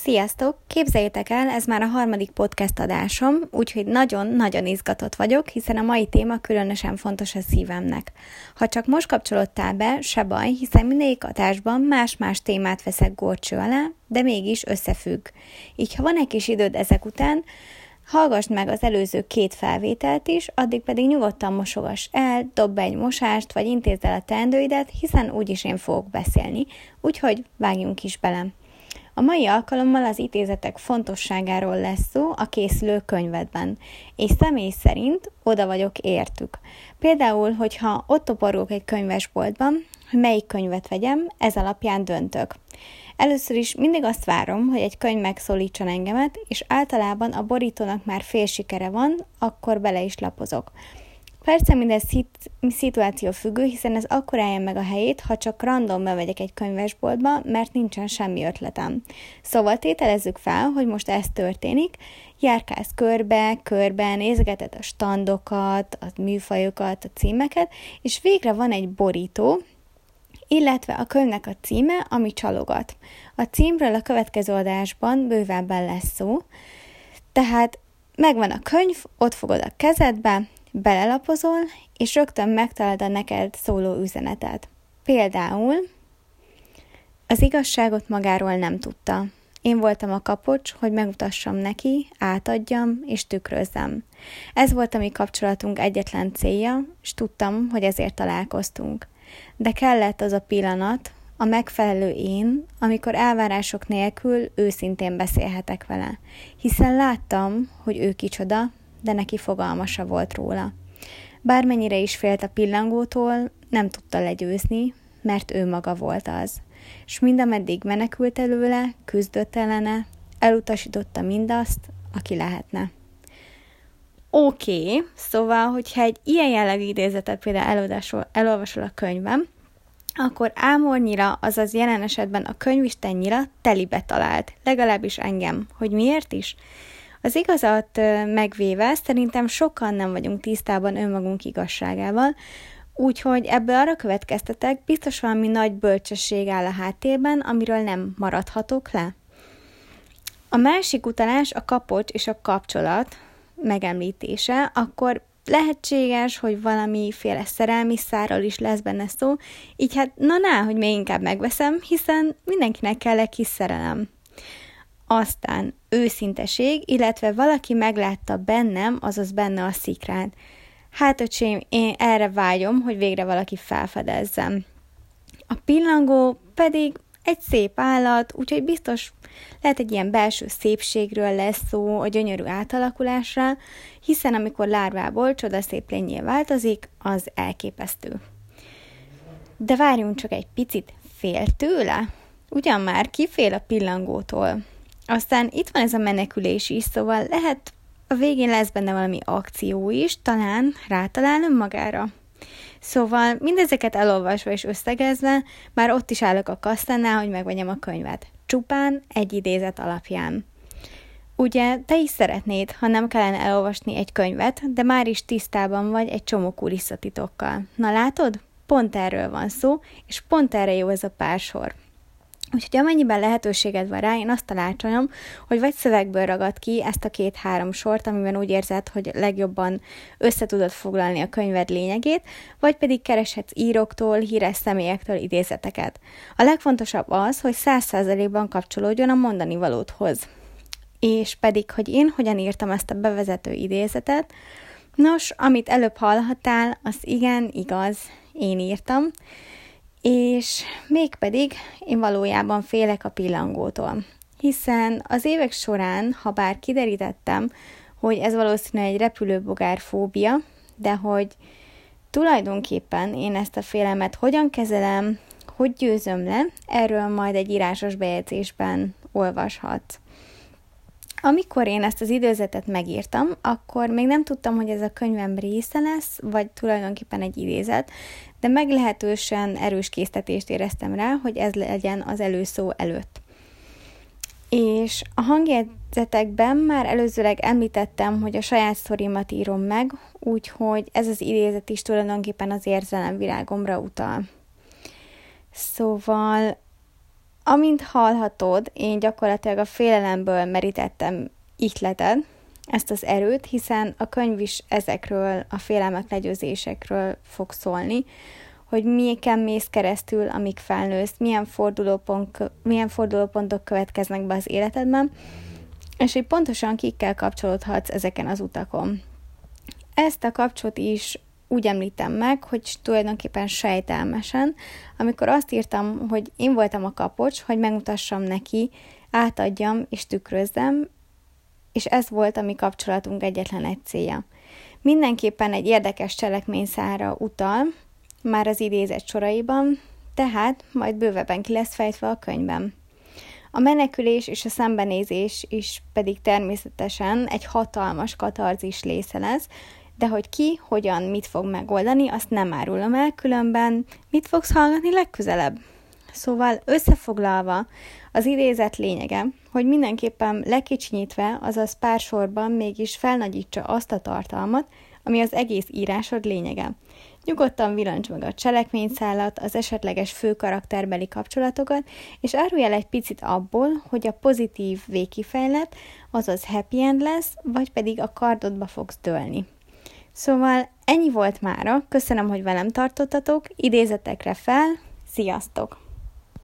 Sziasztok! Képzeljétek el, ez már a 3. podcast adásom, úgyhogy nagyon-nagyon izgatott vagyok, hiszen a mai téma különösen fontos a szívemnek. Ha csak most kapcsolódtál be, se baj, hiszen mindegyik adásban más-más témát veszek górcső alá, de mégis összefügg. Így ha van egy kis időd ezek után, hallgassd meg az előző 2 felvételt is, addig pedig nyugodtan mosogass el, dobd be egy mosást, vagy intézd el a teendőidet, hiszen úgyis én fogok beszélni, úgyhogy vágjunk is bele. A mai alkalommal az idézetek fontosságáról lesz szó a készülő könyvedben, és személy szerint oda vagyok értük. Például, hogyha ott toporgok egy könyvesboltban, hogy melyik könyvet vegyem, ez alapján döntök. Először is mindig azt várom, hogy egy könyv megszólítson engemet, és általában a borítónak már fél sikere van, akkor bele is lapozok. Persze mindez szituáció függő, hiszen ez akkor álljon meg a helyét, ha csak random bemegyek egy könyvesboltba, mert nincsen semmi ötletem. Szóval tételezzük fel, hogy most ez történik, járkálsz körbe, nézgeted a standokat, a műfajokat, a címeket, és végre van egy borító, illetve a könyvnek a címe, ami csalogat. A címről a következő adásban bővebben lesz szó, tehát megvan a könyv, ott fogod a kezedbe, belelapozol, és rögtön megtalálod a neked szóló üzenetet. Például az igazságot magáról nem tudta. Én voltam a kapocs, hogy megmutassam neki, átadjam és tükrözzem. Ez volt a mi kapcsolatunk egyetlen célja, és tudtam, hogy ezért találkoztunk. De kellett az a pillanat, a megfelelő én, amikor elvárások nélkül őszintén beszélhetek vele. Hiszen láttam, hogy ő kicsoda, de neki fogalma se volt róla. Bármennyire is félt a pillangótól, nem tudta legyőzni, mert ő maga volt az. És mindameddig menekült előle, küzdött ellene, elutasította mindazt, aki lehetne. Oké, szóval, hogyha egy ilyen jellegű idézetet például elolvasol a könyvem, akkor ámornyira, azaz jelen esetben a könyvistennyira telibe talált, legalábbis engem. Hogy miért is? Az igazat megvéve szerintem sokan nem vagyunk tisztában önmagunk igazságával, úgyhogy ebből arra következtetek, biztos valami nagy bölcsesség áll a háttérben, amiről nem maradhatok le. A másik utalás a kapocs és a kapcsolat megemlítése, akkor lehetséges, hogy valamiféle szerelmi szárral is lesz benne szó, így hát hogy még inkább megveszem, hiszen mindenkinek kell egy kis szerelem. Aztán őszinteség, illetve valaki meglátta bennem, azaz benne a szikrát. Hát öcsém, én erre vágyom, hogy végre valaki felfedezzem. A pillangó pedig egy szép állat, úgyhogy biztos lehet egy ilyen belső szépségről lesz szó, a gyönyörű átalakulásra, hiszen amikor lárvából csodaszép lényé változik, az elképesztő. De várjunk csak egy picit, fél tőle? Ugyan már ki fél a pillangótól? Aztán itt van ez a menekülés is, szóval lehet a végén lesz benne valami akció is, talán rátalál önmagára. Szóval mindezeket elolvasva és összegezve, már ott is állok a kasszánál, hogy megvegyem a könyvet. Csupán egy idézet alapján. Ugye te is szeretnéd, ha nem kellene elolvasni egy könyvet, de már is tisztában vagy egy csomó kulisszatitokkal. Na látod? Pont erről van szó, és pont erre jó ez a pársor. Úgyhogy amennyiben lehetőséged van rá, én azt tanácsolom, hogy vagy szövegből ragad ki ezt a 2-3 sort, amiben úgy érzed, hogy legjobban össze tudod foglalni a könyved lényegét, vagy pedig kereshetsz íróktól, híres személyektől idézeteket. A legfontosabb az, hogy 100%-ban kapcsolódjon a mondani valódhoz. És pedig, hogy én hogyan írtam ezt a bevezető idézetet, nos, amit előbb hallhattál, az igen, igaz, én írtam, és mégpedig én valójában félek a pillangótól, hiszen az évek során, ha bár kiderítettem, hogy ez valószínűleg egy repülőbogár fóbia, de hogy tulajdonképpen én ezt a félelmet hogyan kezelem, hogy győzöm le, erről majd egy írásos bejegyzésben olvashatsz. Amikor én ezt az idézetet megírtam, akkor még nem tudtam, hogy ez a könyvem része lesz, vagy tulajdonképpen egy idézet, de meglehetősen erős késztetést éreztem rá, hogy ez legyen az előszó előtt. És a hangjegyzetekben már előzőleg említettem, hogy a saját sztorimat írom meg, úgyhogy ez az idézet is tulajdonképpen az érzelemvilágomra utal. Szóval Amint hallhatod, én gyakorlatilag a félelemből merítettem ihletet, ezt az erőt, hiszen a könyv is ezekről, a félelmek legyőzésekről fog szólni, hogy miken mész keresztül, amíg felnősz, milyen fordulópontok következnek be az életedben, és hogy pontosan kikkel kapcsolódhatsz ezeken az utakon. Ezt a kapcsot is úgy említem meg, hogy tulajdonképpen sejtelmesen, amikor azt írtam, hogy én voltam a kapocs, hogy megmutassam neki, átadjam és tükrözzem, és ez volt a mi kapcsolatunk egyetlen egy célja. Mindenképpen egy érdekes cselekményszálra utal, már az idézet soraiban, tehát majd bővebben ki lesz fejtve a könyvben. A menekülés és a szembenézés is pedig természetesen egy hatalmas katarzis része lesz, de hogy ki, hogyan, mit fog megoldani, azt nem árulom el, különben mit fogsz hallgatni legközelebb? Szóval összefoglalva, az idézet lényege, hogy mindenképpen lekicsinyítve, azaz pár sorban mégis felnagyítsa azt a tartalmat, ami az egész írásod lényege. Nyugodtan villancs meg a cselekményszálat, az esetleges főkarakterbeli kapcsolatokat, és árulj el egy picit abból, hogy a pozitív végkifejlet, azaz happy end lesz, vagy pedig a kardodba fogsz dőlni. Szóval ennyi volt mára, köszönöm, hogy velem tartottatok, idézetekre fel, sziasztok!